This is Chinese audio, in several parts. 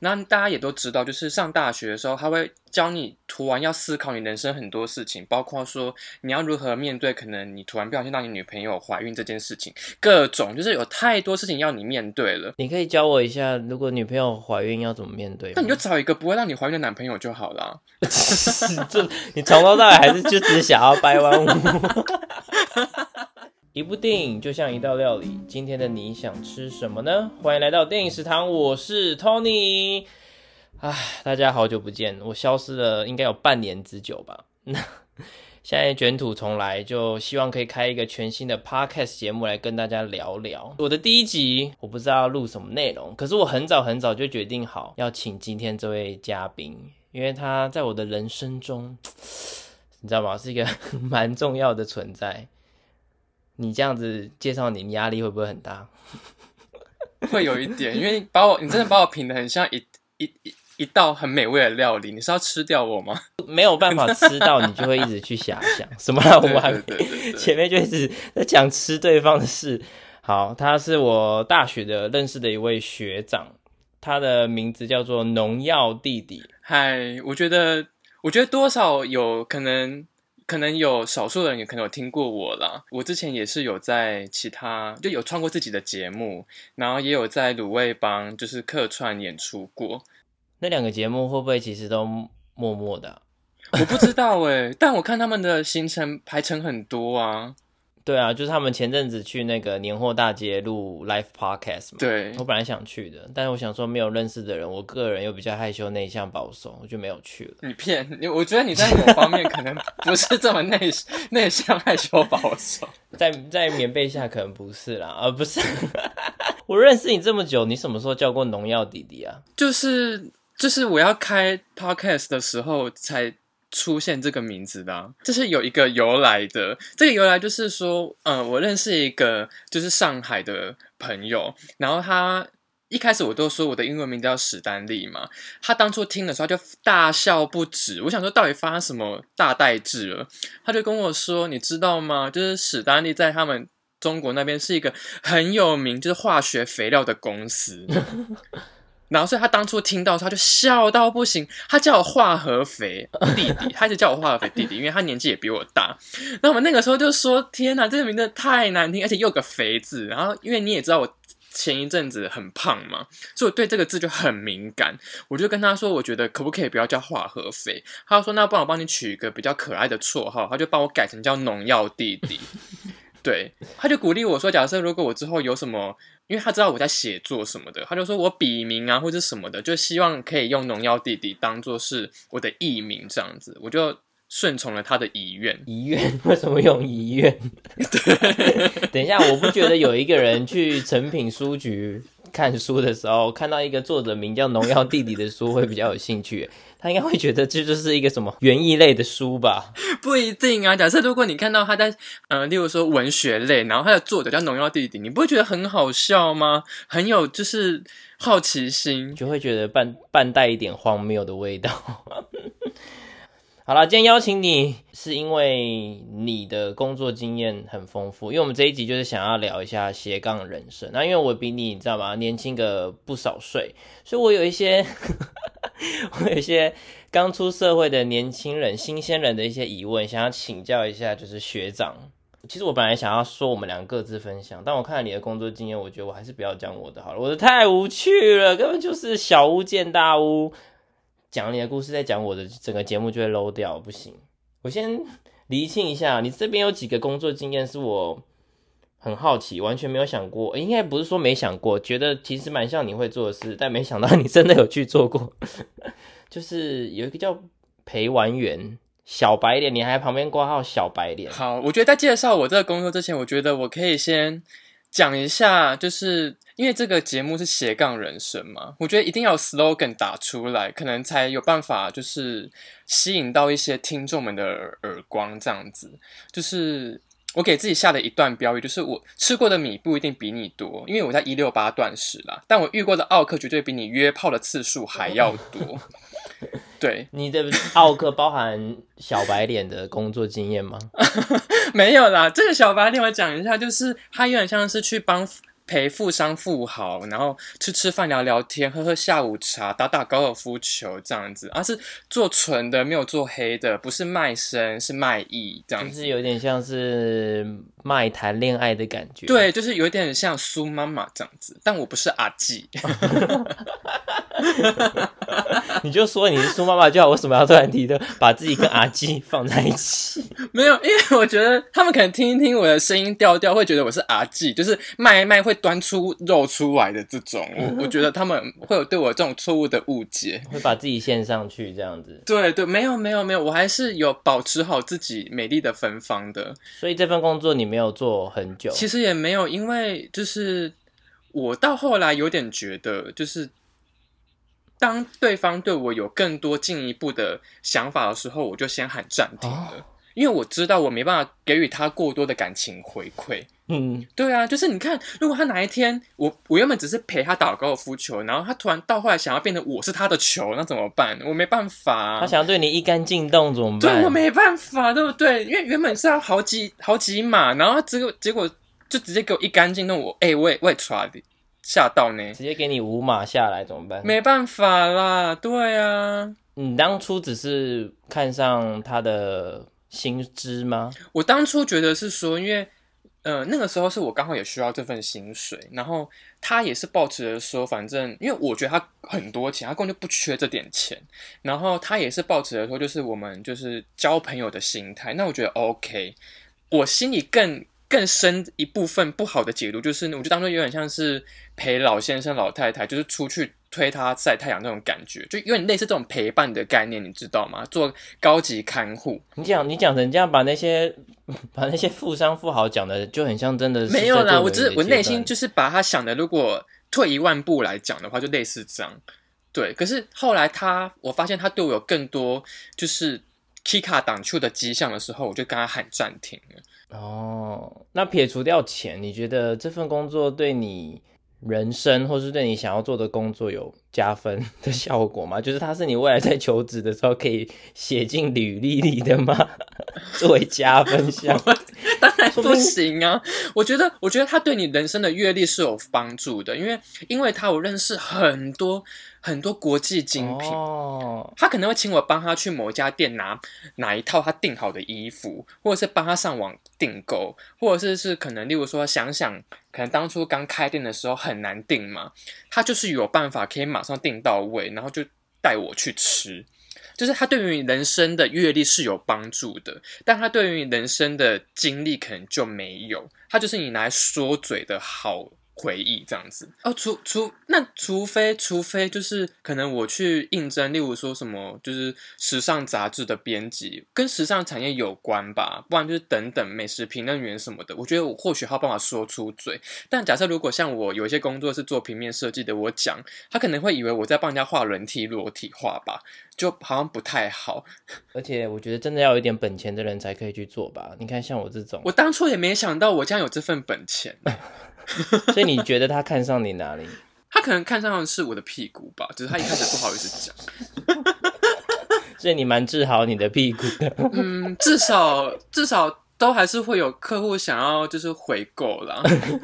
然后大家也都知道，就是上大学的时候，他会教你突然要思考你人生很多事情，包括说你要如何面对可能你突然不小心让你女朋友怀孕这件事情，各种就是有太多事情要你面对了。 你可以教我一下，如果女朋友怀孕要怎么面对吗？ 那你就找一个不会让你怀孕的男朋友就好了。 你从头到尾还是就只想要掰弯我。一部电影就像一道料理，今天的你想吃什么呢？欢迎来到电影食堂，我是 Tony。大家好久不见，我消失了应该有半年之久吧。现在卷土重来，就希望可以开一个全新的 podcast 节目来跟大家聊聊。我的第一集我不知道要录什么内容，可是我很早就决定好要请今天这位嘉宾，因为他在我的人生中，你知道吗，是一个蛮重要的存在。你这样子介绍你压力会不会很大？ 会有一点，因为你真的把我评得很像一道很美味的料理，你是要吃掉我吗？ 没有办法吃到，你就会一直去遐想什么啦？我们还没前面就一直在讲吃对方的事。好，他是我大学的认识的一位学长，他的名字叫做农药弟弟。 嗨，我觉得多少有可能有少数人也可能有听过我啦。我之前也是有在其他就有创过自己的节目，然后也有在卤味帮就是客串演出过。 那两个节目会不会其实都默默的我不知道但我看他们的行程排程很多啊。 对啊，就是他们前阵子去那个年货大街录 live podcast 嘛。 对， 我本来想去的，但是我想说没有认识的人，我个人又比较害羞内向保守，我就没有去了。 我觉得你在某方面可能不是这么内向害羞保守。 在棉被下可能不是啦，不是。我认识你这么久，你什么时候叫过农药弟弟啊？ 就是我要开 podcast 的时候才出现这个名字的啊。这是有一个由来的。这个由来就是说，我认识一个就是上海的朋友，然后他一开始我都说我的英文名叫史丹利嘛，他当初听的时候就大笑不止。我想说到底发生什么大代志了？他就跟我说，你知道吗？就是史丹利在他们中国那边是一个很有名就是化学肥料的公司。然后所以他当初听到他就笑到不行，他叫我化合肥弟弟，他一直叫我化合肥弟弟，因为他年纪也比我大。那我们那个时候就说，天哪，这个名字太难听，而且又有个肥字。然后因为你也知道我前一阵子很胖嘛，所以我对这个字就很敏感。我就跟他说，我觉得可不可以不要叫化合肥？他就说，那不然我帮你取一个比较可爱的绰号，他就帮我改成叫农药弟弟。对，他就鼓励我说，假设如果我之后有什么，因为他知道我在写作什么的，他就说我笔名啊或者什么的，就希望可以用农药弟弟当作是我的艺名这样子，我就顺从了他的遗愿。 遗愿？为什么用遗愿？对，等一下，我不觉得有一个人去诚品书局看书的时候，看到一个作者名叫农药弟弟的书会比较有兴趣。他应该会觉得这就是一个什么园艺类的书吧？ 不一定啊。假设如果你看到他在例如说文学类，然后他的作者叫农药弟弟，你不会觉得很好笑吗？很有就是好奇心， 就会觉得半带一点荒谬的味道。好啦，今天邀请你是因为你的工作经验很丰富，因为我们这一集就是想要聊一下斜杠人生。那因为我比你知道吗，年轻个不少岁，所以我有一些刚出社会的年轻人、新鲜人的一些疑问，想要请教一下，就是学长。其实我本来想要说我们两个各自分享，但我看了你的工作经验，我觉得我还是不要讲我的好了，我的太无趣了，根本就是小巫见大巫。讲你的故事，再讲我的，整个节目就会 low 掉，不行。我先厘清一下，你这边有几个工作经验是我很好奇，完全没有想过，应该不是说没想过，觉得其实蛮像你会做的事，但没想到你真的有去做过。就是有一个叫陪玩员，小白脸，你还旁边挂号小白脸。 好，我觉得在介绍我这个工作之前，我觉得我可以先讲一下，就是因为这个节目是斜杠人生嘛，我觉得一定要有 slogan 打出来，可能才有办法就是吸引到一些听众们的耳光这样子。就是我给自己下的一段标语，就是我吃过的米不一定比你多，因为我在168断食啦，但我遇过的奥客绝对比你约炮的次数还要多。对， 你的奥客包含小白脸的工作经验吗？ 没有啦，这个小白脸我讲一下，就是他有点像是去帮陪富商富豪，然后吃饭聊聊天，喝下午茶，打高尔夫球这样子，是做纯的，没有做黑的，不是卖身是卖艺这样子， 就是有点像是卖谈恋爱的感觉。 对，就是有点像苏妈妈这样子，但我不是阿纪。 你就说你是苏妈妈就好，为什么要突然提的把自己跟阿纪放在一起？ 没有，因为我觉得他们可能听一听我的声音调调，会觉得我是阿纪，就是卖一卖会端出肉出来的这种。我觉得他们会有对我这种错误的误解， 会把自己献上去这样子。 对，没有，我还是有保持好自己美丽的芬芳的。 所以这份工作你没有做很久？ 其实也没有，因为就是我到后来有点觉得，就是当对方对我有更多进一步的想法的时候，我就先喊暂停了，因为我知道我没办法给予他过多的感情回馈。对啊，就是你看，如果他哪一天我原本只是陪他打高尔夫球，然后他突然到后来想要变成我是他的球，那怎么办？我没办法啊。 他想要对你一竿进洞怎么办？ 对，我没办法，对不对？因为原本是要好几码，然后结果就直接给我一竿进洞，我也抓的。吓到呢， 直接给你5码下来怎么办？ 没办法啦，对啊。 你当初只是看上他的薪资吗？ 我当初觉得是说，因为那个时候是我刚好也需要这份薪水，然后他也是抱持着说，反正因为我觉得他很多钱，他根本就不缺这点钱，然后他也是抱持着说，就是我们就是交朋友的心态，那我觉得 OK。我心里更深一部分不好的解读就是，我就当作有点像是陪老先生老太太，就是出去推他晒太阳那种感觉，就有点类似这种陪伴的概念，你知道吗？做高级看护。你讲成这样，把那些富商富豪讲的就很像真的是没有啦，我内心就是把他想的，如果退1万步来讲的话，就类似这样。对，可是后来我发现他对我有更多就是 Kika 挡出的迹象的时候，我就跟他喊暂停了。 那撇除掉钱，你觉得这份工作对你人生或是对你想要做的工作有加分的效果吗？就是它是你未来在求职的时候可以写进履历里的吗？作为加分项？ 当然不行啊！我觉得它对你人生的阅历是有帮助的，因为我认识很多国际精品，他可能会请我帮他去某一家店拿哪一套他订好的衣服，或者是帮他上网订购，或者是可能例如说想可能当初刚开店的时候很难订嘛，他就是有办法可以马上订到位，然后就带我去吃。就是他对于人生的阅历是有帮助的，但他对于人生的经历可能就没有，他就是你拿来说嘴的好回忆这样子哦。除非就是可能我去应征，例如说什么就是时尚杂志的编辑，跟时尚产业有关吧，不然就是等等美食评论员什么的，我觉得我或许还有办法说出嘴。但假设如果像我有一些工作是做平面设计的，我讲他可能会以为我在帮人家画人体裸体画吧，就好像不太好。 而且我觉得真的要有一点本钱的人才可以去做吧。你看像我这种， 我当初也没想到我将有这份本钱。 所以你觉得他看上你哪里？ 他可能看上的是我的屁股吧，只是他一开始不好意思讲。 所以你蛮治好你的屁股的。 至少都还是会有客户想要就是回购啦。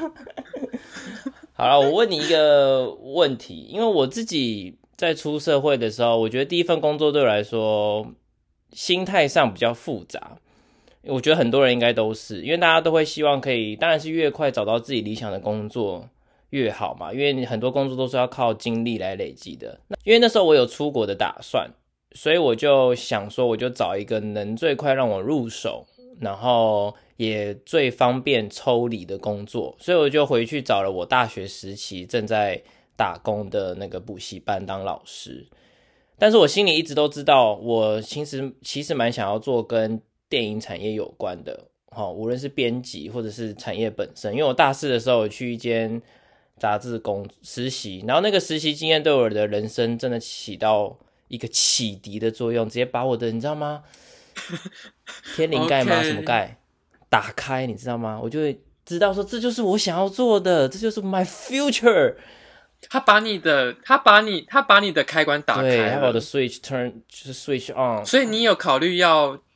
好了，我问你一个问题，因为我自己在出社会的时候，我觉得第一份工作对我来说心态上比较复杂。我觉得很多人应该都是，因为大家都会希望可以，当然是越快找到自己理想的工作越好嘛，因为很多工作都是要靠经历来累积的。因为那时候我有出国的打算，所以我就想说，我就找一个能最快让我入手，然后也最方便抽离的工作，所以我就回去找了我大学时期正在打工的那个补习班当老师。但是我心里一直都知道，我其实蛮想要做跟电影产业有关的，无论是编辑或者是产业本身。因为我大4的时候有去一间杂志实习，然后那个实习经验对我的人生真的起到一个启迪的作用，直接把我的你知道吗？天灵盖吗？ Okay. 什么盖打开，你知道吗？我就会知道说这就是我想要做的，这就是 my future。 他把你的开关打开了， 对，他把我的 switch turn 就是 switch on。 所以你有考虑要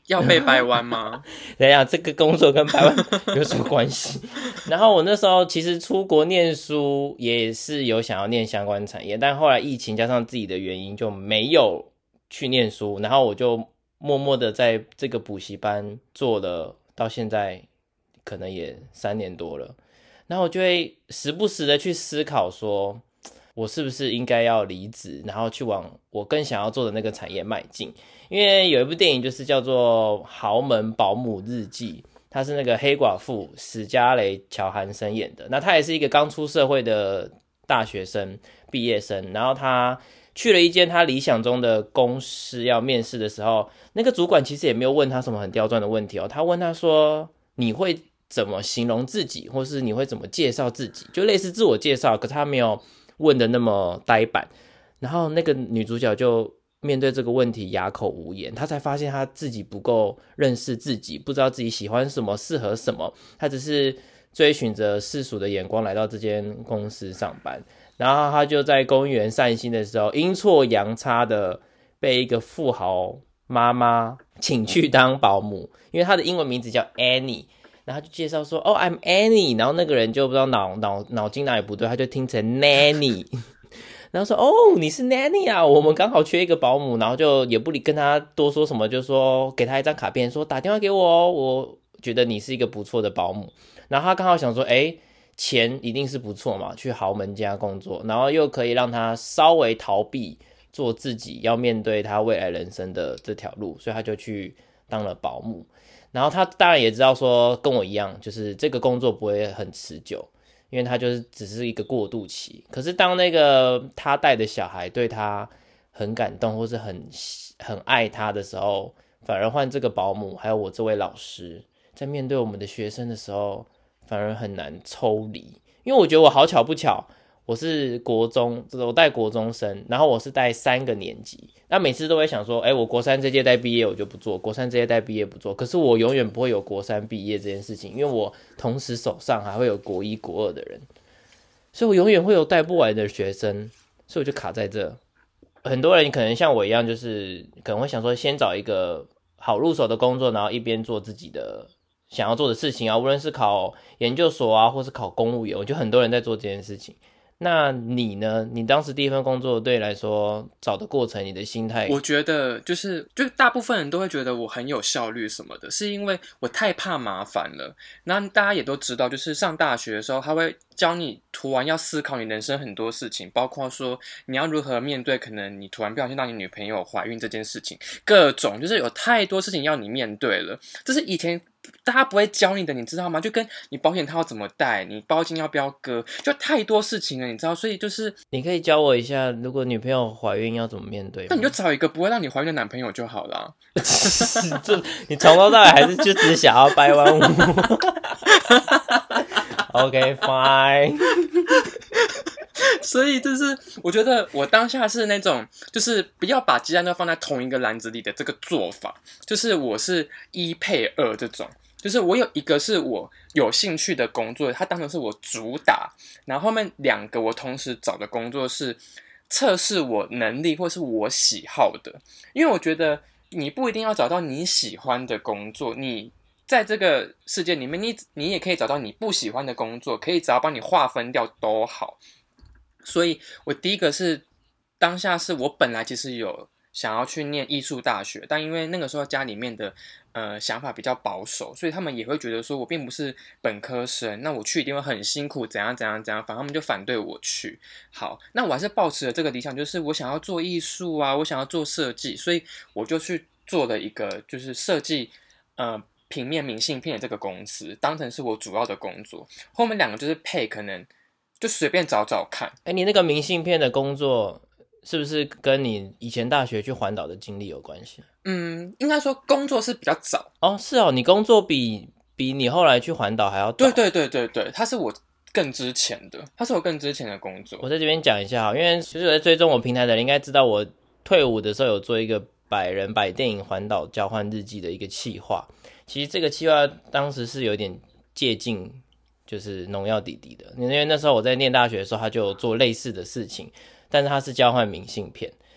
要被掰弯吗？ 等一下，这个工作跟掰弯有什么关系？然后我那时候其实出国念书也是有想要念相关产业，但后来疫情加上自己的原因就没有去念书，然后我就默默的在这个补习班做了到现在可能也3年多了，然后我就会时不时的去思考说我是不是应该要离职，然后去往我更想要做的那个产业迈进。因为有一部电影就是叫做《豪门保姆日记》，他是那个黑寡妇史嘉蕾·乔韩森演的，那他也是一个刚出社会的大学生毕业生，然后他去了一间他理想中的公司要面试的时候，那个主管其实也没有问他什么很刁钻的问题他问他说你会怎么形容自己，或是你会怎么介绍自己，就类似自我介绍，可是他没有问的那么呆板。然后那个女主角就面对这个问题哑口无言，她才发现她自己不够认识自己，不知道自己喜欢什么适合什么，她只是追寻着世俗的眼光来到这间公司上班，然后她就在公园散心的时候阴错阳差的被一个富豪妈妈请去当保姆，因为她的英文名字叫 Annie， 然后就介绍说I'm Annie， 然后那个人就不知道脑筋哪里不对，他就听成 Nanny 然后说你是 Nanny 啊，我们刚好缺一个保姆，然后就也不理跟他多说什么，就说给他一张卡片说打电话给我我觉得你是一个不错的保姆。然后他刚好想说钱一定是不错嘛，去豪门家工作，然后又可以让他稍微逃避做自己要面对他未来人生的这条路，所以他就去当了保姆。然后他当然也知道说跟我一样，就是这个工作不会很持久，因为他就是只是一个过渡期。可是当那个他带的小孩对他很感动，或是很爱他的时候，反而换这个保姆还有我这位老师在面对我们的学生的时候，反而很难抽离。因为我觉得我好巧不巧，我是我带国中生，然后我是带3个年级，那每次都会想说我国3这届带毕业我就不做，国3这届带毕业不做，可是我永远不会有国3毕业这件事情，因为我同时手上还会有国1国2的人，所以我永远会有带不完的学生，所以我就卡在这。很多人可能像我一样，就是可能会想说先找一个好入手的工作，然后一边做自己的想要做的事情啊，无论是考研究所啊，或是考公务员，我觉得很多人在做这件事情。那你呢？你当时第一份工作对你来说找的过程，你的心态？ 我觉得就大部分人都会觉得我很有效率什么的，是因为我太怕麻烦了。那大家也都知道，就是上大学的时候，他会教你突然要思考你人生很多事情，包括说你要如何面对可能你突然不小心让你女朋友怀孕这件事情，各种就是有太多事情要你面对了。这是以前大家不会教你的，你知道吗？就跟你保险套要怎么戴，你包巾要不要割，就太多事情了，你知道？所以就是你可以教我一下，如果女朋友怀孕要怎么面对吗？ 那你就找一个不会让你怀孕的男朋友就好了。 你从头到尾还是就只想要掰弯我。OK fine 所以就是我觉得我当下是那种就是不要把鸡蛋都放在同一个篮子里的这个做法，就是我是1配2这种，就是我有一个是我有兴趣的工作，它当成是我主打，然后后面2个我同时找的工作是测试我能力或是我喜好的。因为我觉得你不一定要找到你喜欢的工作，你在这个世界里面你也可以找到你不喜欢的工作，可以只要帮你划分掉都好。所以我第一个是当下是我本来其实有想要去念艺术大学，但因为那个时候家里面的想法比较保守，所以他们也会觉得说我并不是本科生，那我去一定会很辛苦，怎样怎样怎样，反正他们就反对我去。好，那我还是抱持了这个理想，就是我想要做艺术啊，我想要做设计，所以我就去做了一个就是设计平面明信片的这个公司，当成是我主要的工作。后面2个就是配可能就随便找找看。 你那个明信片的工作是不是跟你以前大学去环岛的经历有关系？ 应该说工作是比较早。 是哦，你工作比你后来去环岛还要早。 对，它是我更之前的工作。 我在这边讲一下，因为其实有在追踪我平台的人应该知道，我退伍的时候有做一个100人100电影环岛交换日记的一个企划。其实这个企划当时是有点接近就是农药弟弟的，因为那时候我在念大学的时候他就有做类似的事情，但是他是交换明信片。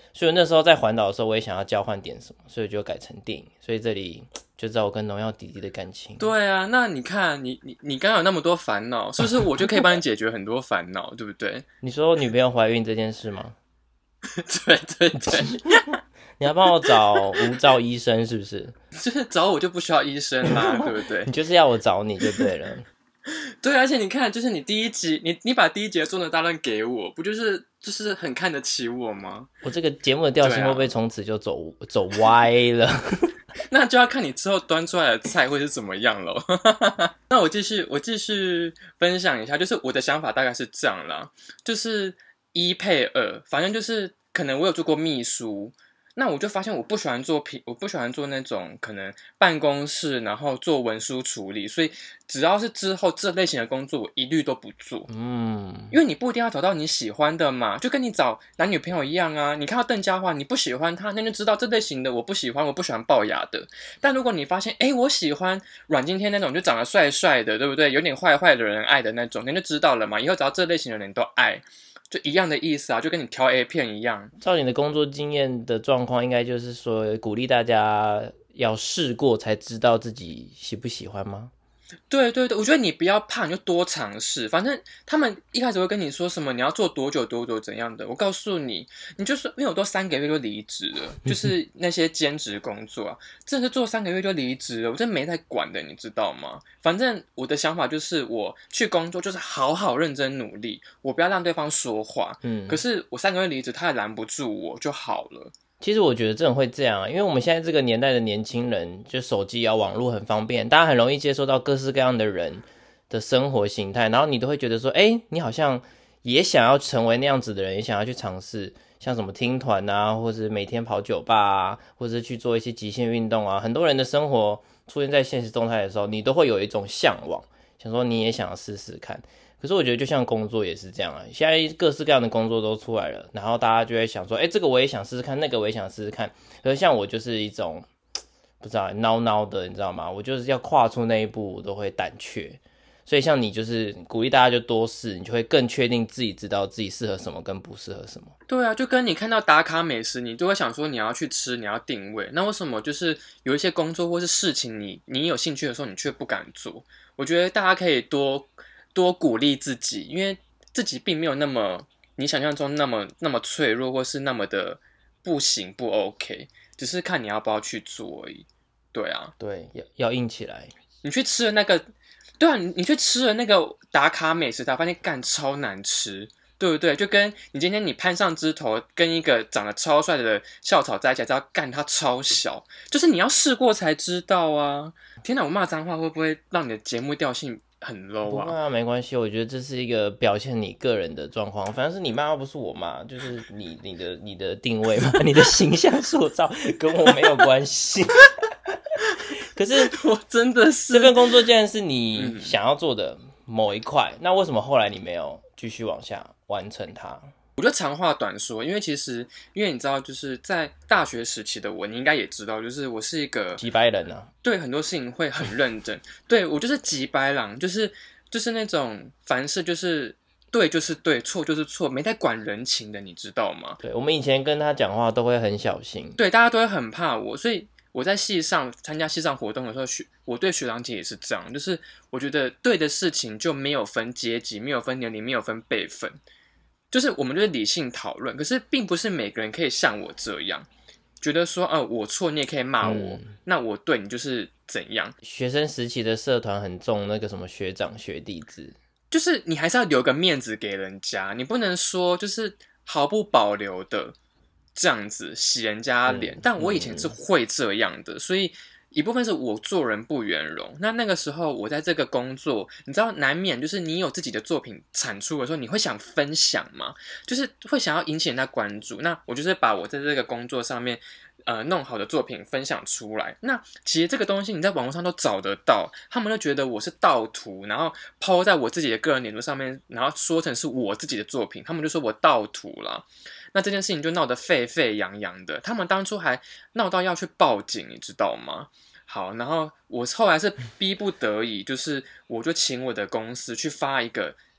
所以我那时候在环岛的时候，我也想要交换点什么，所以我就改成电影。所以这里就知道我跟农药弟弟的感情。 对啊，那你看，你刚刚有那么多烦恼，是不是我就可以帮你解决很多烦恼，对不对？ 你说女朋友怀孕这件事吗？ 对对对， 你要帮我找无照医生是不是？ 就是找我就不需要医生啦，对不对你？就是要我找你就对了。 对，而且你看，就是你第一集，你把第一集的中的大论给我，不就是很看得起我吗？ 我这个节目的调性会不会从此就走歪了？ 那就要看你之后端出来的菜会是怎么样咯。那我继续分享一下，就是我的想法大概是这样啦，就是1配2，反正就是可能我有做过秘书。那我就发现我不喜欢做那种可能办公室然后做文书处理，所以只要是之后这类型的工作，我一律都不做。因为你不一定要找到你喜欢的嘛，就跟你找男女朋友一样啊。你看到邓家华，你不喜欢他，那就知道这类型的我不喜欢，我不喜欢龅牙的。但如果你发现，我喜欢阮经天那种就长得帅帅的，对不对？有点坏坏的人爱的那种，那就知道了嘛。以后只要这类型的人都爱。就一样的意思啊，就跟你挑 A 片一样。 照你的工作经验的状况，应该就是说鼓励大家要试过才知道自己喜不喜欢吗？ 对对对，我觉得你不要怕，你就多尝试。反正他们一开始会跟你说什么，你要做多久多久怎样的。我告诉你，你就是因为我都3个月就离职了，就是那些兼职工作啊，真的是做3个月就离职了，我真没在管的，你知道吗？反正我的想法就是，我去工作就是好好认真努力，我不要让对方说话。可是我3个月离职，他也拦不住我就好了。 其实我觉得真的会这样，因为我们现在这个年代的年轻人，就手机啊、网络很方便，大家很容易接收到各式各样的人的生活形态，然后你都会觉得说，你好像也想要成为那样子的人，也想要去尝试像什么听团啊，或者每天跑酒吧啊，或者是去做一些极限运动啊。很多人的生活出现在现实动态的时候，你都会有一种向往，想说你也想要试试看。可是我觉得就像工作也是这样啊，现在各式各样的工作都出来了，然后大家就会想说，这个我也想试试看，那个我也想试试看。可是像我就是一种不知道孬孬的，你知道吗？我就是要跨出那一步，我都会胆怯。所以像你就是鼓励大家就多试，你就会更确定自己知道自己适合什么跟不适合什么。 对啊，就跟你看到打卡美食，你就会想说你要去吃，你要定位。那为什么就是有一些工作或是事情你有兴趣的时候，你却不敢做？我觉得大家可以多鼓励自己，因为自己并没有那么你想象中那么脆弱，或是那么的不行不 OK， 只是看你要不要去做而已。对啊， 对，要硬起来。 你去吃了那个，对啊，你去吃了那个打卡美食，才发现干超难吃，对不对？就跟你今天你攀上枝头，跟一个长得超帅的校草在一起，知道干他超小，就是你要试过才知道啊！天哪，我骂脏话会不会让你的节目调性很 low 啊？ 不会啊，没关系，我觉得这是一个表现你个人的状况，反正是你骂，不是我骂，就是你的定位嘛，你的形象塑造跟我没有关系。可是我真的是这份工作既然是你想要做的某一块，那为什么后来你没有继续往下完成它？ 我就长话短说，因为你知道，就是在大学时期的我，你应该也知道，就是我是一个几百人啊， 对很多事情会很认真，对我就是几白狼，就是那种凡事就是对就是对，错就是错，没在管人情的，你知道吗？ 对，我们以前跟他讲话都会很小心， 对，大家都会很怕我，所以我在系上参加系上活动的时候，我对学长姐也是这样，就是我觉得对的事情就没有分阶级，没有分年龄，没有分辈分。就是我们就是理性讨论，可是并不是每个人可以像我这样，觉得说，我错你也可以骂我，那我对你就是怎样。 学生时期的社团很重那个什么学长学弟制， 就是你还是要留个面子给人家，你不能说就是毫不保留的这样子洗人家脸。但我以前是会这样的，所以一部分是我做人不圆融。那个时候我在这个工作，你知道难免就是你有自己的作品产出的时候，你会想分享嘛，就是会想要引起人家关注。那我就是把我在这个工作上面弄好的作品分享出来。那其实这个东西你在网络上都找得到，他们都觉得我是盗图，然后抛在我自己的个人脸书上面，然后说成是我自己的作品，他们就说我盗图啦。那这件事情就闹得沸沸扬扬的，他们当初还闹到要去报警，你知道吗？好，然后我后来是逼不得已，就是我就请我的公司去发一个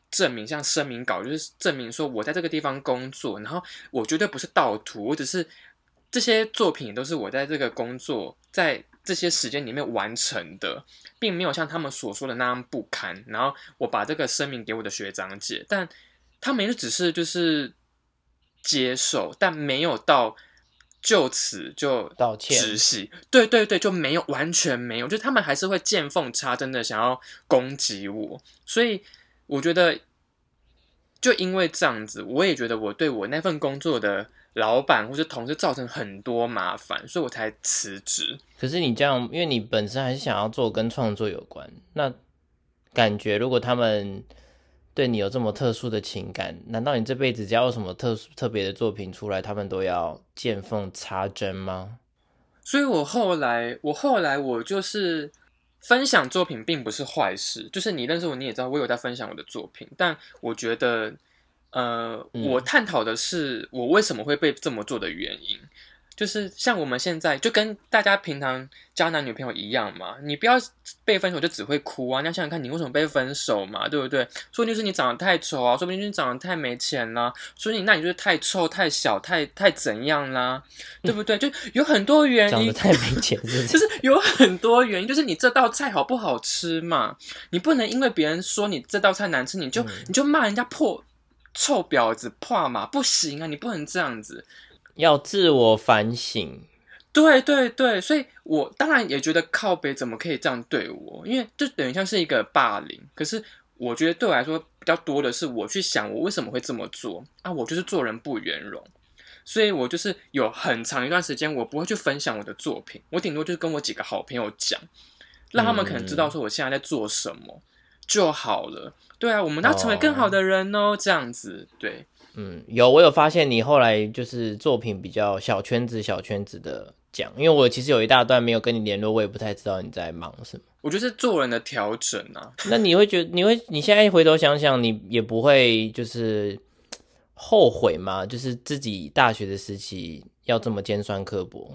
证明，像声明稿就是证明说我在这个地方工作，然后我绝对不是盗图，我只是这些作品都是我在这个工作在这些时间里面完成的，并没有像他们所说的那样不堪。然后我把这个声明给我的学长姐，但他们也只是就是接受，但没有到就此就道歉止息。对对对，就没有，完全没有，就他们还是会见缝插针的想要攻击我。所以我觉得，就因为这样子，我也觉得我对我那份工作的老板或是同事造成很多麻烦，所以我才辞职。 可是你这样，因为你本身还是想要做跟创作有关，那感觉如果他们对你有这么特殊的情感，难道你这辈子只要有什么特别的作品出来，他们都要见缝插针吗？ 所以我后来我就是分享作品并不是坏事，就是你认识我，你也知道我有在分享我的作品，但我觉得，我探讨的是我为什么会被这么做的原因。就是像我们现在就跟大家平常交男女朋友一样嘛，你不要被分手就只会哭啊，你要想想看你为什么被分手嘛，对不对？说不定就是你长得太丑啊，说不定就是你长得太没钱啦，说不定那你就是太臭、太小、太怎样啦，对不对？就有很多原因， 长得太没钱是不是就是有很多原因，就是你这道菜好不好吃嘛，你不能因为别人说你这道菜难吃，你就骂人家臭婊子破嘛，不行啊，你不能这样子。 要自我反省。 对对对，所以我当然也觉得靠北怎么可以这样对我，因为就等于像是一个霸凌。可是我觉得对我来说比较多的是我去想我为什么会这么做啊，我就是做人不圆融，所以我就是有很长一段时间我不会去分享我的作品，我顶多就是跟我几个好朋友讲，让他们可能知道说我现在在做什么就好了。对啊，我们要成为更好的人哦，这样子对。 我有发现你后来就是作品比较小圈子的讲，因为我其实有一大段没有跟你联络，我也不太知道你在忙什么。 我觉得是做人的调整啊。 那你会觉得你现在回头想想，你也不会就是后悔吗？就是自己大学的时期要这么尖酸刻薄，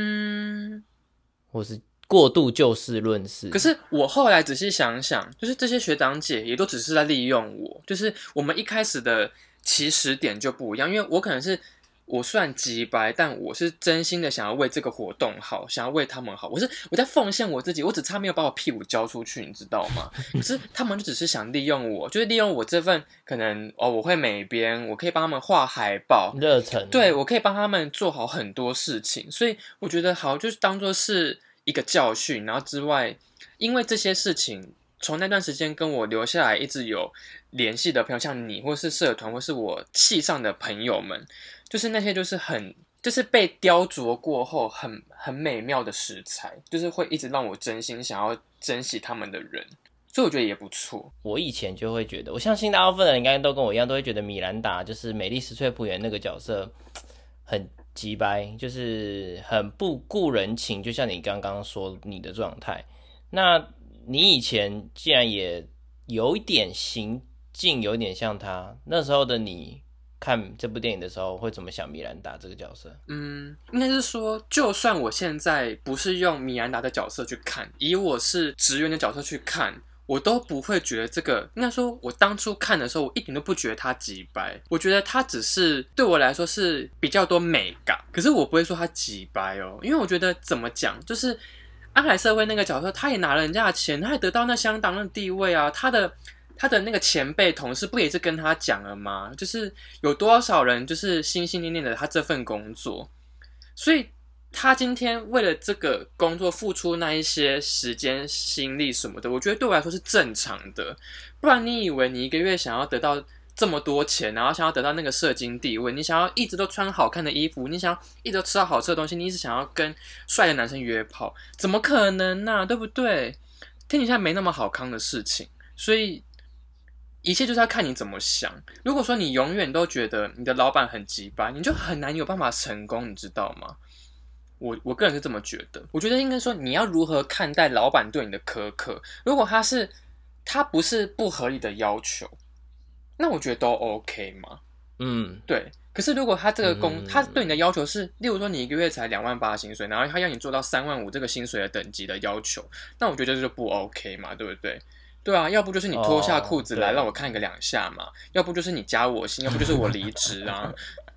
或是过度就事论事。 可是我后来仔细想想，就是这些学长姐也都只是在利用我，就是我们一开始的起始点就不一样，因为我可能是我算鸡掰，但我是真心的想要为这个活动好，想要为他们好，我在奉献我自己，我只差没有把我屁股交出去，你知道吗？可是他们就只是想利用我，就是利用我这份可能我会美编，我可以帮他们画海报， 热忱， 对，我可以帮他们做好很多事情，所以我觉得好，就是当做是一个教训，然后之外，因为这些事情。从那段时间跟我留下来一直有联系的朋友，像你或是社团或是我系上的朋友们，就是那些就是被雕琢过后很美妙的食材，就是会一直让我真心想要珍惜他们的人，所以我觉得也不错。 我以前就会觉得，我相信大部分的人应该都跟我一样，都会觉得米兰达就是美丽史翠普演那个角色很鸡掰，就是很不顾人情，就像你刚刚说你的状态。那你以前既然也有一点行径，有点像他，那时候的你看这部电影的时候会怎么想米兰达这个角色？ 应该是说，就算我现在不是用米兰达的角色去看，以我是职员的角色去看，我都不会觉得这个。应该说，我当初看的时候，我一点都不觉得他鸡掰，我觉得他只是对我来说是比较多美感，可是我不会说他鸡掰哦，因为我觉得怎么讲，就是。安海社会那个角色，他也拿了人家的钱，他也得到那相当的地位啊。他的那个前辈同事不也是跟他讲了吗？就是有多少人就是心心念念的他这份工作，所以他今天为了这个工作付出那一些时间、心力什么的，我觉得对我来说是正常的。不然你以为你一个月想要得到这么多钱，然后想要得到那个社经地位，你想要一直都穿好看的衣服，你想要一直都吃到好吃的东西，你一直想要跟帅的男生约炮，怎么可能啊？对不对？天底下没那么好康的事情，所以一切就是要看你怎么想。如果说你永远都觉得你的老板很鸡掰，你就很难有办法成功，你知道吗？我个人是这么觉得。我觉得应该说你要如何看待老板对你的苛刻。如果他不是不合理的要求。那我觉得都 OK 嘛，对。可是如果他这个他对你的要求是，例如说你一个月才28000薪水，然后他要你做到35000这个薪水的等级的要求，那我觉得这就不 OK 嘛，对不对？ 对啊，要不就是你脱下裤子来对让我看个2下嘛，要不就是你加我心，要不就是我离职啊。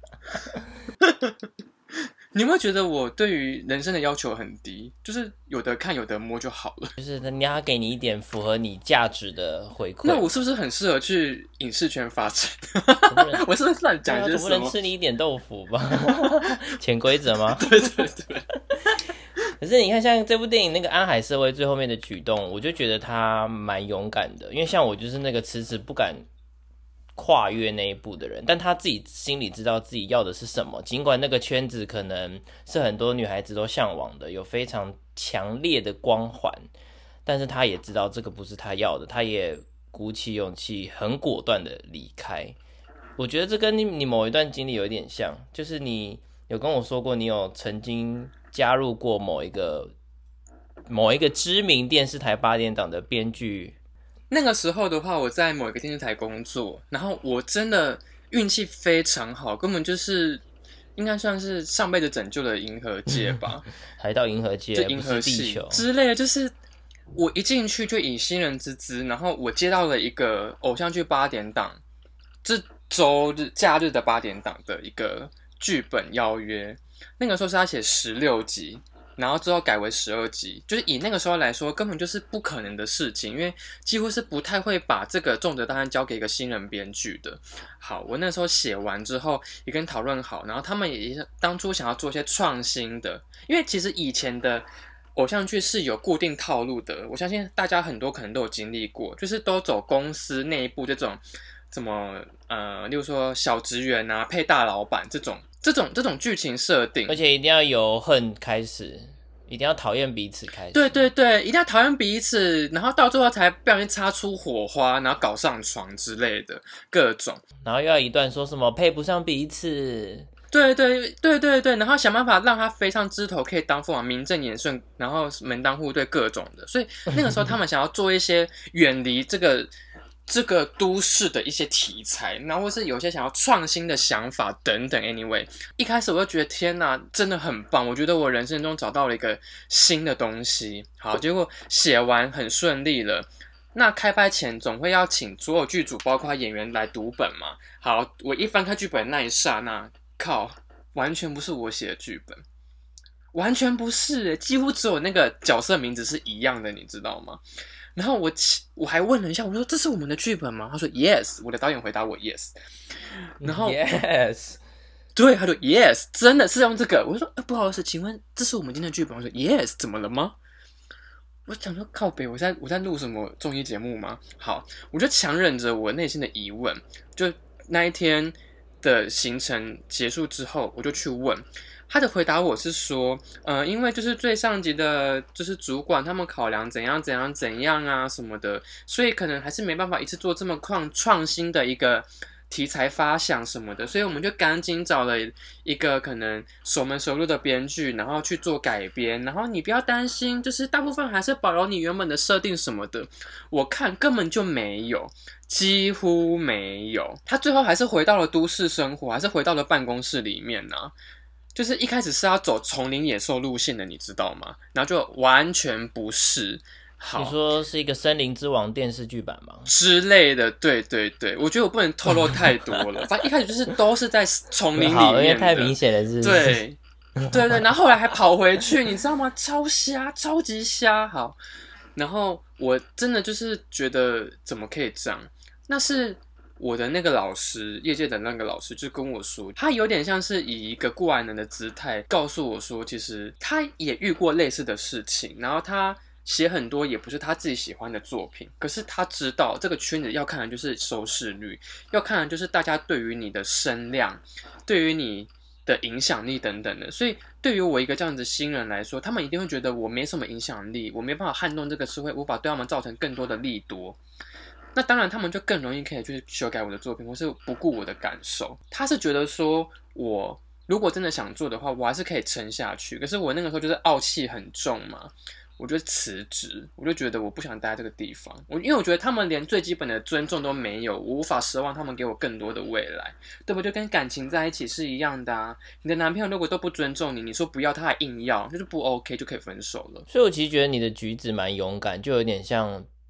你有没有觉得我对于人生的要求很低？就是有的看有的摸就好了。 就是人家给你一点符合你价值的回馈。 那我是不是很适合去影视圈发展？我是不是乱讲一些什么？ 总不能吃你一点豆腐吧？潜规则吗？ 对对对。 可是你看，像这部电影那个安海瑟薇最后面的举动，我就觉得他蛮勇敢的。因为像我就是那个迟迟不敢跨越那一步的人，但他自己心里知道自己要的是什么。尽管那个圈子可能是很多女孩子都向往的，有非常强烈的光环，但是他也知道这个不是他要的，他也鼓起勇气，很果断的离开。我觉得这跟你某一段经历有一点像，就是你有跟我说过，你有曾经加入过某一个知名电视台8点档的编剧。 那个时候的话，我在某一个电视台工作，然后我真的运气非常好，根本就是应该算是上辈子拯救了银河界吧， 还到银河界， 就银河不是地球之类的。就是我一进去就以新人之姿，然后我接到了一个偶像剧8点档，这周日假日的8点档的一个剧本邀约，那个时候是他写16集。然后之后改为12集，就是以那个时候来说，根本就是不可能的事情，因为几乎是不太会把这个重责大任交给一个新人编剧的。好，我那时候写完之后也跟讨论好，然后他们也当初想要做一些创新的，因为其实以前的偶像剧是有固定套路的，我相信大家很多可能都有经历过，就是都走公司内部这种怎么例如说小职员啊配大老板这种剧情设定， 而且一定要由恨开始，一定要讨厌彼此开始。 对对对，一定要讨厌彼此，然后到最后才不小心擦出火花，然后搞上床之类的各种， 然后又要一段说什么配不上彼此。 对对对对对，然后想办法让他飞上枝头，可以当凤凰，名正言顺，然后门当户对各种的。所以那个时候他们想要做一些远离这个都市的一些题材，然后或是有些想要创新的想法等等。Anyway， 一开始我就觉得天哪，真的很棒，我觉得我人生中找到了一个新的东西。好，结果写完很顺利了。那开拍前总会要请所有剧组，包括演员来读本嘛。好，我一翻开剧本那一刹那，靠，完全不是我写的剧本，完全不是，几乎只有那个角色名字是一样的，你知道吗？然后我还问了一下，我说这是我们的剧本吗？他说 yes， 我的导演回答我 yes， 然后 yes， 对，他说 yes， 真的是用这个。我说不好意思，请问这是我们今天的剧本？我说 yes， 怎么了吗？我想说靠北，我在录什么综艺节目吗？好，我就强忍着我内心的疑问，就那一天的行程结束之后，我就去问。他的回答我是说，因为就是最上级的，就是主管他们考量怎样啊什么的，所以可能还是没办法一次做这么创新的一个题材发想什么的，所以我们就赶紧找了一个可能熟门熟路的编剧，然后去做改编。然后你不要担心，就是大部分还是保留你原本的设定什么的。我看根本就没有。几乎没有，他最后还是回到了都市生活，还是回到了办公室里面啊。就是一开始是要走丛林野兽路线的，你知道吗？然后就完全不是。好， 你说是一个森林之王电视剧版吗？ 之类的，对对对，我觉得我不能透露太多了。反正一开始就是都是在丛林里面的， 因为太明显了，是不是？ 对对对，然后后来还跑回去，你知道吗？超瞎，超级瞎。好，然后我真的就是觉得怎么可以这样？那是我的那个老师，业界的那个老师就跟我说，他有点像是以一个过来人的姿态告诉我说，其实他也遇过类似的事情，然后他写很多也不是他自己喜欢的作品，可是他知道这个圈子要看的就是收视率，要看的就是大家对于你的声量，对于你的影响力等等的，所以对于我一个这样子的新人来说，他们一定会觉得我没什么影响力，我没办法撼动这个社会，无法对他们造成更多的利多。那当然，他们就更容易可以去修改我的作品，或是不顾我的感受。他是觉得说，我如果真的想做的话，我还是可以撑下去。可是我那个时候就是傲气很重嘛，我就辞职，我就觉得我不想待在这个地方。因为我觉得他们连最基本的尊重都没有，我无法奢望他们给我更多的未来，对不对？就跟感情在一起是一样的啊。你的男朋友如果都不尊重你，你说不要，他还硬要，就是不 OK， 就可以分手了。 所以我其实觉得你的举止蛮勇敢，就有点像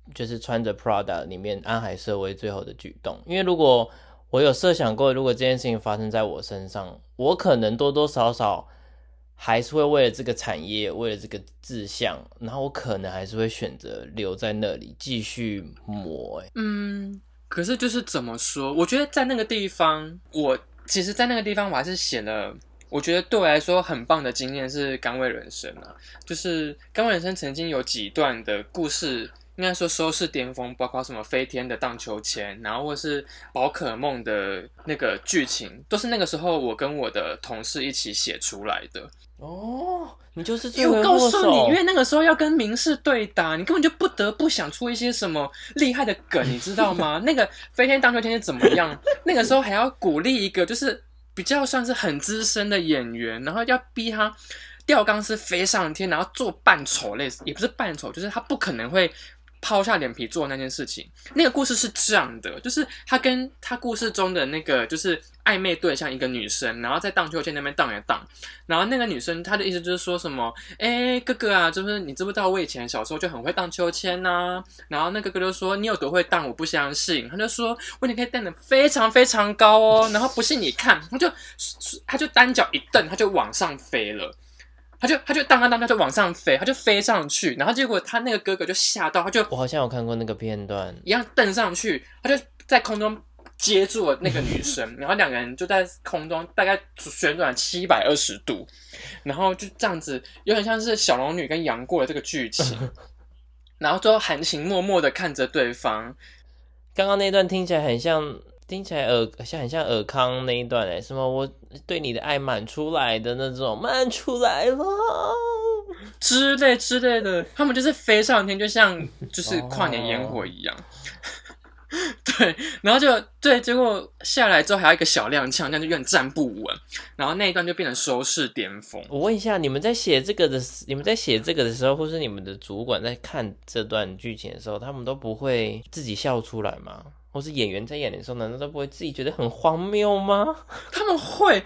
就是穿着 Prada 里面安海瑟薇最后的举动。因为如果我有设想过，如果这件事情发生在我身上，我可能多多少少还是会为了这个产业，为了这个志向，然后我可能还是会选择留在那里继续磨。 可是就是怎么说？我觉得在那个地方，其实在那个地方我还是写了。我觉得对我来说很棒的经验是《甘味人生》啊，就是《甘味人生》曾经有几段的故事，应该说收视巅峰，包括什么飞天的荡秋千，然后或是宝可梦的那个剧情，都是那个时候我跟我的同事一起写出来的。 哦，你就是罪魁祸首。 我告诉你，因为那个时候要跟明世对打，你根本就不得不想出一些什么厉害的梗，你知道吗？那个飞天荡秋千是怎么样？那个时候还要鼓励一个就是比较算是很资深的演员，然后要逼他吊钢丝飞上天，然后做扮丑类似，也不是扮丑，就是他不可能会抛下脸皮做那件事情。那个故事是这样的，就是他跟他故事中的那个就是暧昧对象一个女生，然后在荡秋千那边荡一荡，然后那个女生她的意思就是说什么，哥哥啊，就是你知不知道我以前小时候就很会荡秋千啊？然后那哥哥就说你有多会荡，我不相信。他就说我你可以荡得非常非常高哦，然后不信你看，他就单脚一蹬，他就往上飞了。他就荡，他就往上飞，他就飞上去，然后结果他那个哥哥就吓到， 我好像有看过那个片段， 一样蹬上去，他就在空中接住了那个女生，然后两个人就在空中大概旋转720度，然后就这样子，有点像是小龙女跟杨过的这个剧情，然后最后含情脉脉的看着对方。 刚刚那段听起来很像很像尔康那一段什么我对你的爱满出来的那种，满出来了之类的，他们就是飞上天，就像就是跨年烟火一样。对，然后结果下来之后还有一个小踉跄，这样就有点站不稳，然后那一段就变成收视巅峰。 我问一下，你们在写这个的时候，或是你们的主管在看这段剧情的时候，他们都不会自己笑出来吗？或是演员在演的时候，难道都不会自己觉得很荒谬吗？ 他们会，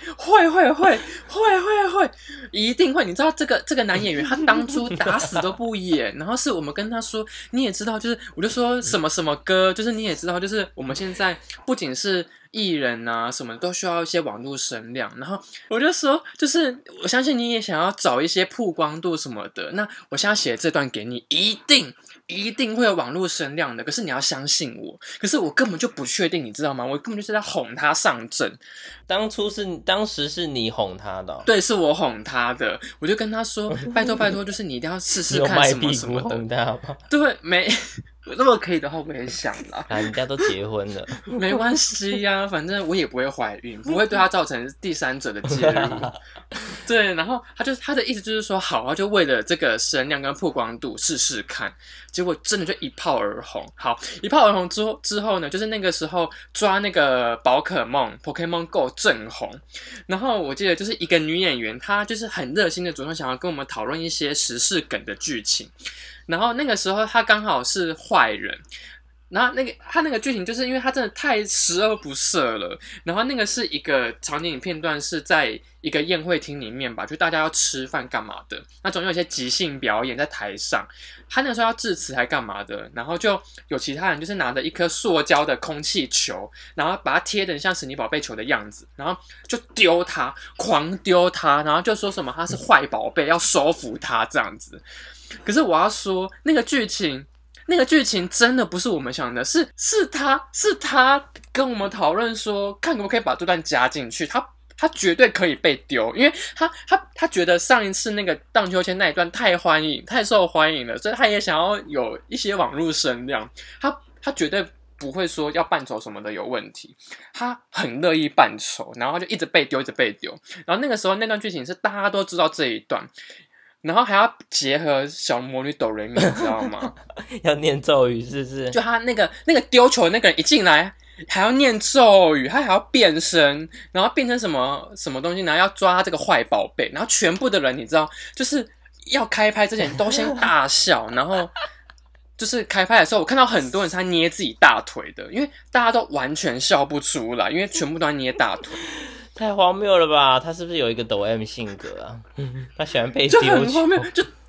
一定会。你知道这个男演员，他当初打死都不演，然后是我们跟他说，你也知道，就是我就说什么什么歌，就是你也知道，就是我们现在不仅是艺人啊，什么都需要一些网络声量。然后我就说，就是我相信你也想要找一些曝光度什么的。那我现在写这段给你，一定会有网络声量的。可是你要相信我。可是我根本就不确定，你知道吗？我根本就是在哄他上阵。 当时是你哄他的对，是我哄他的。我就跟他说，拜托，就是你一定要试试看什么什么的。 哄他吗？ 对，没。如果可以的话，我也想啦。 人家都结婚了， 没关系呀，反正我也不会怀孕，不会对他造成第三者的介入。对，然后他的意思就是说，好，他就为了这个声量跟曝光度试试看，结果真的就一炮而红。好，一炮而红之后呢，就是那个时候抓那个宝可梦 Pokemon Go 正红，然后我记得就是一个女演员，她就是很热心的主动想要跟我们讨论一些时事梗的剧情。然后那个时候他刚好是坏人，然后他那个剧情就是因为他真的太十恶不赦了。然后那个是一个场景片段，是在一个宴会厅里面吧，就大家要吃饭干嘛的，那总有一些即兴表演在台上。他那个时候要致辞还干嘛的，然后就有其他人就是拿着一颗塑胶的空气球，然后把它贴得像神奇宝贝球的样子，然后就丢他，狂丢他，然后就说什么他是坏宝贝，要收服他这样子。可是我要说，那个剧情真的不是我们想的，是他跟我们讨论说，看可不可以把这段加进去。他绝对可以被丢，因为他觉得上一次那个荡秋千那一段太受欢迎了，所以他也想要有一些网络声量。他绝对不会说要扮丑什么的有问题，他很乐意扮丑，然后就一直被丢。然后那个时候那段剧情是大家都知道这一段。然后还要结合小魔女哆瑞咪，你知道吗？ 要念咒语是不是？ 就他那个丢球那个人一进来，还要念咒语，他还要变身，然后变成什么东西，然后要抓这个坏宝贝，然后全部的人你知道，就是要开拍之前都先大笑，然后就是开拍的时候，我看到很多人是他捏自己大腿的，因为大家都完全笑不出来，因为全部都在捏大腿。 太荒谬了吧！他是不是有一个抖 M 性格啊？他喜欢被丢球， 就很荒谬，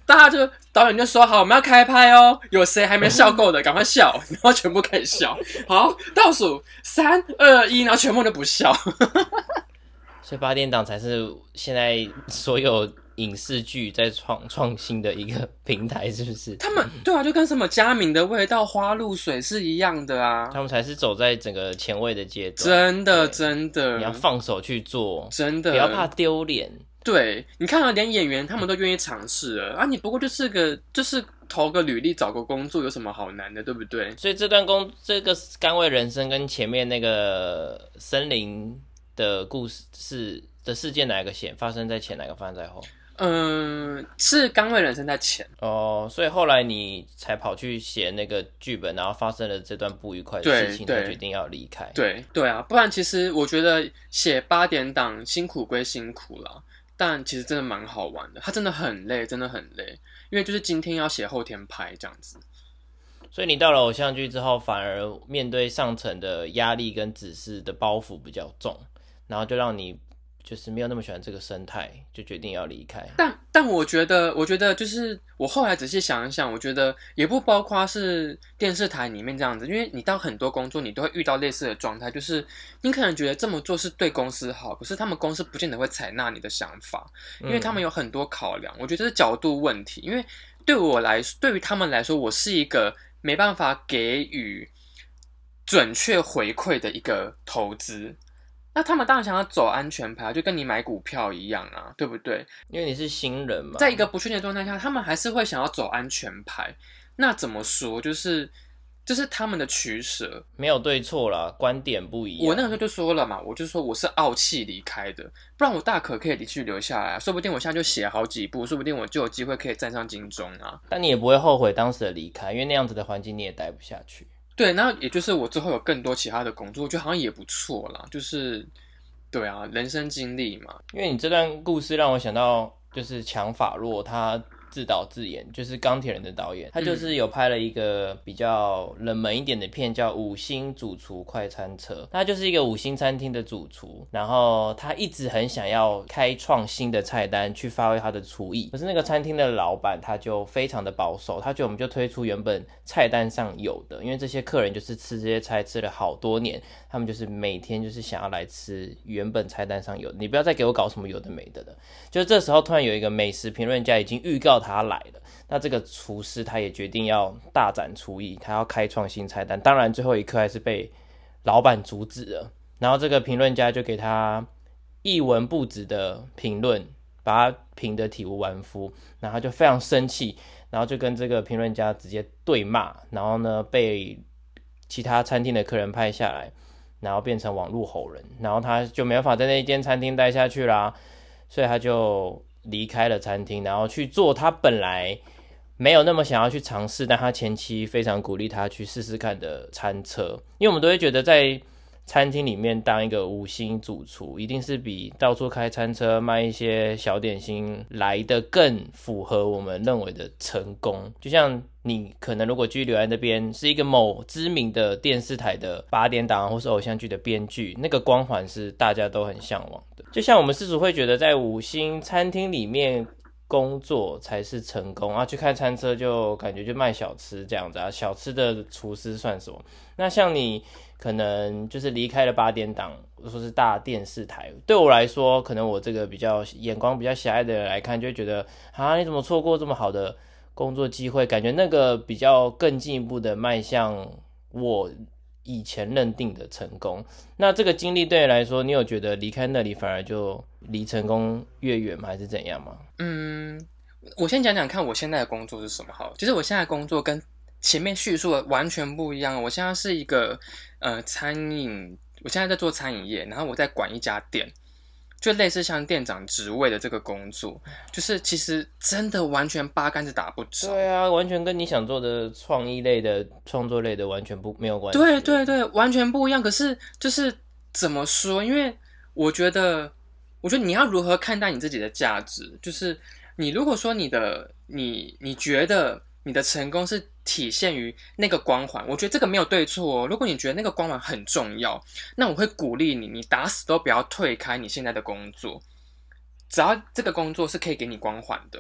大家就导演就说好，我们要开拍哦，有谁还没笑够的，赶快笑，然后全部开始笑。好，倒数3、2、1，然后全部都不笑。 所以八点档才是现在所有影视剧在创新的一个平台，是不是？ 他们对啊，就跟什么佳明的味道、花露水是一样的啊。 他们才是走在整个前卫的阶段。 真的，真的， 你要放手去做， 真的， 不要怕丢脸。 对，你看到连演员他们都愿意尝试了啊！你不过就是投个履历找个工作，有什么好难的，对不对？ 所以这个甘味人生跟前面那个森林的故事的事件哪一个先发生在前，哪个发生在后？ 是甘味人生在前哦，所以后来你才跑去写那个剧本，然后发生了这段不愉快的事情，才决定要离开。 对啊，不然其实我觉得写8点档辛苦归辛苦啦。但其实真的蛮好玩的，它真的很累，真的很累，因为就是今天要写，后天拍这样子。 所以你到了偶像剧之后，反而面对上层的压力跟指示的包袱比较重，然后就让你就是没有那么喜欢这个生态，就决定要离开。 但我觉得就是我后来仔细想一想，我觉得也不包括是电视台里面这样子，因为你到很多工作，你都会遇到类似的状态，就是你可能觉得这么做是对公司好，可是他们公司不见得会采纳你的想法，因为他们有很多考量。我觉得这是角度问题，因为对于他们来说，我是一个没办法给予准确回馈的一个投资。那他们当然想要走安全牌，就跟你买股票一样啊，对不对？ 因为你是新人嘛， 在一个不确定的状态下，他们还是会想要走安全牌。那怎么说？就是他们的取舍， 没有对错啦，观点不一样。 我那个时候就说了嘛，我就说我是傲气离开的，不然我大可以继续留下来，说不定我现在就写好几部，说不定我就有机会可以站上金钟啊。 但你也不会后悔当时的离开，因为那样子的环境你也待不下去。 对，然后也就是我之后有更多其他的工作，我觉得好像也不错啦，就是对啊，人生经历嘛。 因为你这段故事让我想到，就是强法洛他自导自演，就是钢铁人的导演，他就是有拍了一个比较冷门一点的片，叫《五星主厨快餐车》。他就是一个5星餐厅的主厨，然后他一直很想要开创新的菜单，去发挥他的厨艺。可是那个餐厅的老板他就非常的保守，他觉得我们就推出原本菜单上有的，因为这些客人就是吃这些菜吃了好多年，他们就是每天就是想要来吃原本菜单上有的，你不要再给我搞什么有的没的了。就这时候突然有一个美食评论家已经预告他来了，那这个厨师他也决定要大展厨艺，他要开创新菜单，当然最后一刻还是被老板阻止了。然后这个评论家就给他一文不值的评论，把他评得体无完肤，然后他就非常生气，然后就跟这个评论家直接对骂，然后呢被其他餐厅的客人拍下来，然后变成网络吼人，然后他就没办法在那一间餐厅待下去啦，所以他就离开了餐厅，然后去做他本来没有那么想要去尝试，但他前妻非常鼓励他去试试看的餐车。因为我们都会觉得在餐厅里面当一个5星主厨，一定是比到处开餐车卖一些小点心来的更符合我们认为的成功。就像你可能如果继续留在那边，是一个某知名的电视台的8点档或是偶像剧的编剧，那个光环是大家都很向往的。就像我们事主会觉得在5星餐厅里面工作才是成功啊，去开餐车就感觉就卖小吃这样子啊，小吃的厨师算什么？那像你可能就是离开了8点档，说是大电视台，对我来说，可能我这个比较眼光比较狭隘的人来看，就会觉得啊，你怎么错过这么好的工作机会？感觉那个比较更进一步的迈向我以前认定的成功。那这个经历对你来说，你有觉得离开那里反而就离成功越远吗？还是怎样吗？ 我先讲讲看我现在的工作是什么好了。其实我现在的工作跟前面叙述的完全不一样。我现在是一个餐饮，我现在在做餐饮业，然后我在管一家店，就类似像店长职位的这个工作，就是其实真的完全八竿子打不着。 对啊，完全跟你想做的创意类的、创作类的完全没有关系。 对对对，完全不一样。可是就是怎么说？因为我觉得你要如何看待你自己的价值？就是你如果说你觉得你的成功是体现于那个光环，我觉得这个没有对错哦。如果你觉得那个光环很重要，那我会鼓励你打死都不要退开你现在的工作，只要这个工作是可以给你光环的。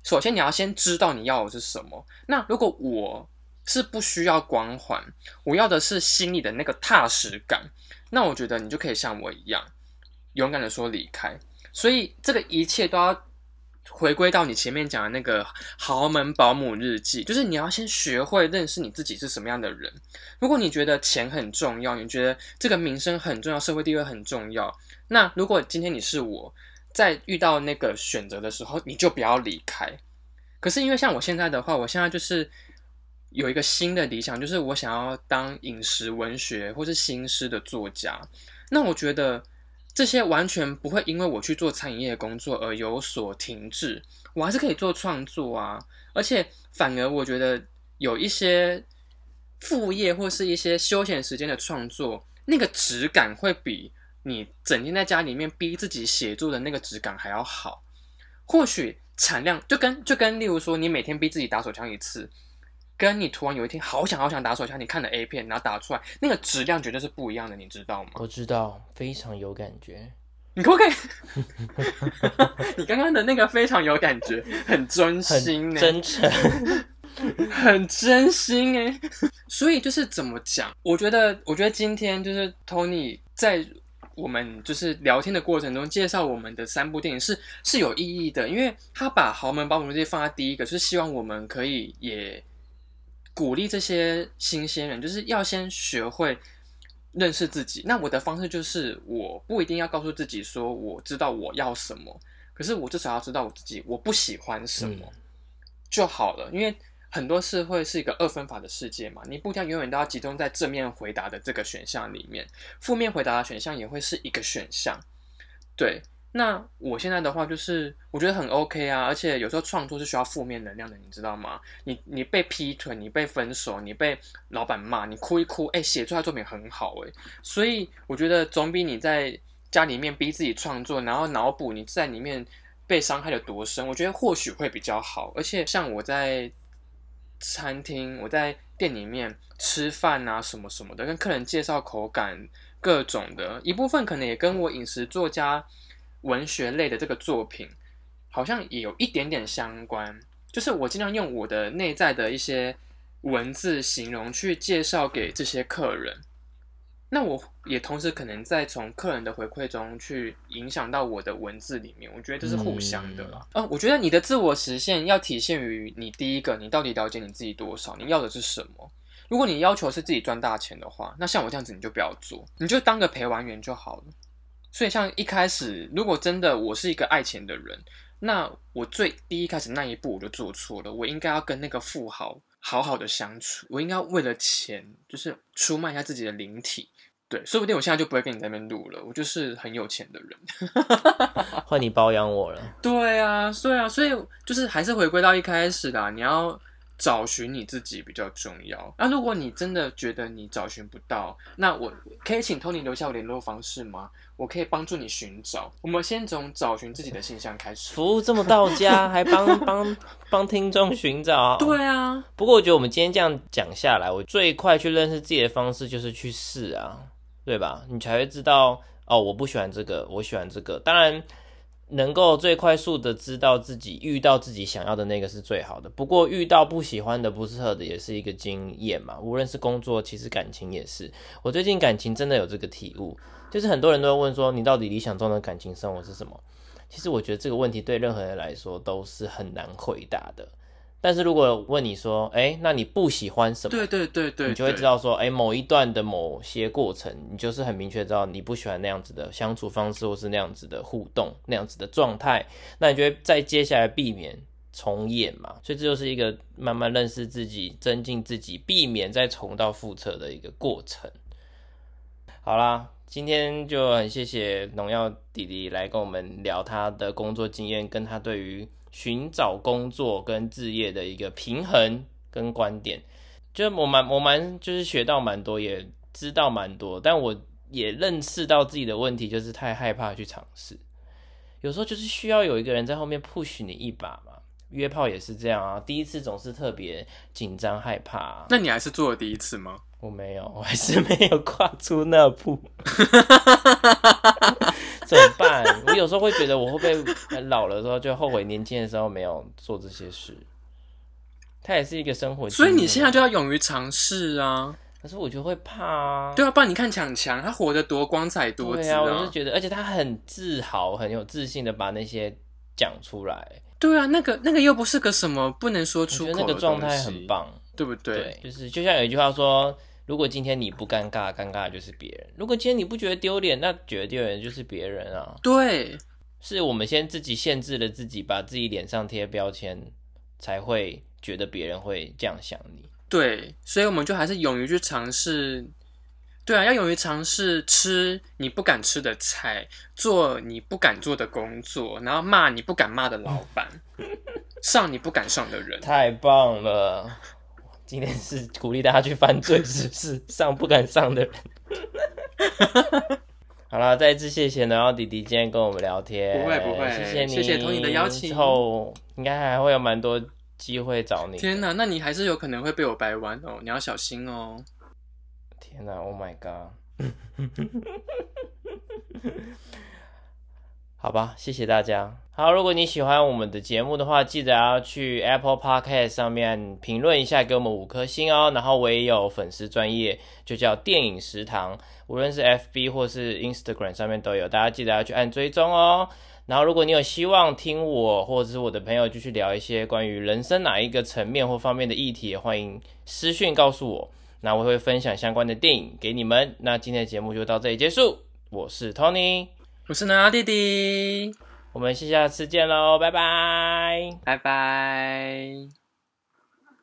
首先你要先知道你要的是什么。那如果我是不需要光环，我要的是心里的那个踏实感，那我觉得你就可以像我一样，勇敢的说离开。所以这个一切都要回归到你前面讲的那个豪门保姆日记，就是你要先学会认识你自己是什么样的人。如果你觉得钱很重要，你觉得这个名声很重要，社会地位很重要，那如果今天你是我，在遇到那个选择的时候，你就不要离开。可是因为像我现在的话，我现在就是有一个新的理想，就是我想要当饮食文学或是新诗的作家。那我觉得这些完全不会因为我去做餐饮业工作而有所停滞，我还是可以做创作啊。而且反而我觉得有一些副业或是一些休闲时间的创作，那个质感会比你整天在家里面逼自己写作的那个质感还要好。或许产量就跟例如说你每天逼自己打手枪一次，跟你突然有一天好想打手枪，你看了 A 片然后打出来，那个质量绝对是不一样的，你知道吗？ 我知道，非常有感觉。 你可不可以？你刚刚的那个非常有感觉，很真心， 很真诚， 很真心哎。所以就是怎么讲？我觉得今天就是 Tony 在我们就是聊天的过程中介绍我们的3部电影是有意义的，因为他把豪门保姆日记放在第一个，就是希望我们可以也鼓励这些新鲜人，就是要先学会认识自己。那我的方式就是，我不一定要告诉自己说我知道我要什么，可是我至少要知道我自己我不喜欢什么就好了。因为很多社会是一个2分法的世界嘛，你不一定永远都要集中在正面回答的这个选项里面，负面回答的选项也会是一个选项。对，那我现在的话就是我觉得很 OK 啊，而且有时候创作是需要负面能量的，你知道吗？你被劈腿，你被分手，你被老板骂，你哭一哭，写出来的作品很好所以我觉得总比你在家里面逼自己创作，然后脑补你在里面被伤害的多深，我觉得或许会比较好。而且像我在餐厅，我在店里面吃饭啊什么什么的，跟客人介绍口感各种的，一部分可能也跟我饮食作家文学类的这个作品好像也有一点点相关，就是我尽量用我的内在的一些文字形容去介绍给这些客人，那我也同时可能在从客人的回馈中去影响到我的文字里面，我觉得这是互相的啦。我觉得你的自我实现要体现于你第一个，你到底了解你自己多少，你要的是什么。如果你要求是自己赚大钱的话，那像我这样子你就不要做，你就当个陪玩员就好了。所以像一开始，如果真的我是一个爱钱的人，那我第一开始那一步我就做错了，我应该要跟那个富豪好好的相处，我应该为了钱就是出卖一下自己的灵体。对，说不定我现在就不会跟你在那边录了，我就是很有钱的人。 换你包养我了。 对啊，所以就是还是回归到一开始啦，你要找寻你自己比较重要。那如果你真的觉得你找寻不到，那我可以请 Tony 留下我联络方式吗？我可以帮助你寻找。我们先从找寻自己的形象开始。 服务这么到家，还帮听众寻找。 对啊。 不过我觉得我们今天这样讲下来，我最快去认识自己的方式就是去试啊，对吧？你才会知道我不喜欢这个，我喜欢这个。当然能够最快速的知道自己遇到自己想要的那个是最好的，不过遇到不喜欢的不适合的也是一个经验嘛，无论是工作其实感情也是。我最近感情真的有这个体悟，就是很多人都会问说你到底理想中的感情生活是什么。其实我觉得这个问题对任何人来说都是很难回答的，但是如果问你说那你不喜欢什么，对，你就会知道说某一段的某些过程，你就是很明确知道你不喜欢那样子的相处方式，或是那样子的互动，那样子的状态，那你就会在接下来避免重演嘛。所以这就是一个慢慢认识自己，增进自己，避免再重蹈覆辙的一个过程。好啦，今天就很谢谢农药弟弟来跟我们聊他的工作经验，跟他对于寻找工作跟志业的一个平衡跟观点。就我蛮就是学到蛮多，也知道蛮多，但我也认识到自己的问题，就是太害怕去尝试。有时候就是需要有一个人在后面 push 你一把嘛。约炮也是这样啊，第一次总是特别紧张害怕啊。 那你还是做了第一次吗？ 我没有，我还是没有跨出那步。 怎么办？我有时候会觉得我会不会老了之后就后悔年轻的时候没有做这些事。它也是一个生活经验， 所以你现在就要勇于尝试啊。 可是我就会怕啊。 对啊，不然你看强强，他活得多光彩多姿对啊，我是觉得，而且他很自豪、很有自信的把那些讲出来。 对啊，那个又不是个什么不能说出口的东西， 我觉得那个状态很棒， 对不对？ 对，就像有一句话说，如果今天你不尴尬，尴尬的就是别人；如果今天你不觉得丢脸，那觉得丢脸的就是别人啊。 对， 是我们先自己限制了自己，把自己脸上贴标签，才会觉得别人会这样想你。 对，所以我们就还是勇于去尝试。对啊，要勇于尝试吃你不敢吃的菜，做你不敢做的工作，然后骂你不敢骂的老板，上你不敢上的人。 太棒了！今天是鼓励大家去犯罪，是不是？上不敢上的人。好啦，再一次谢谢然后弟弟今天跟我们聊天。 不会， 谢谢你， 谢谢Tony的邀请。 之后应该还会有蛮多机会找你。 天哪，那你还是有可能会被我掰弯哦，你要小心哦。 天哪 ，Oh my god！ 好吧，谢谢大家。好，如果你喜欢我们的节目的话，记得要去 Apple Podcast 上面评论一下，给我们5颗星哦。然后我也有粉丝专页，就叫电影食堂，无论是 FB 或是 Instagram 上面都有，大家记得要去按追踪哦。然后如果你有希望听我或者是我的朋友继续聊一些关于人生哪一个层面或方面的议题，也欢迎私讯告诉我，那我会分享相关的电影给你们。那今天的节目就到这里结束，我是 Tony， 我是南亚弟弟， 我们下次见喽，拜拜， 拜拜。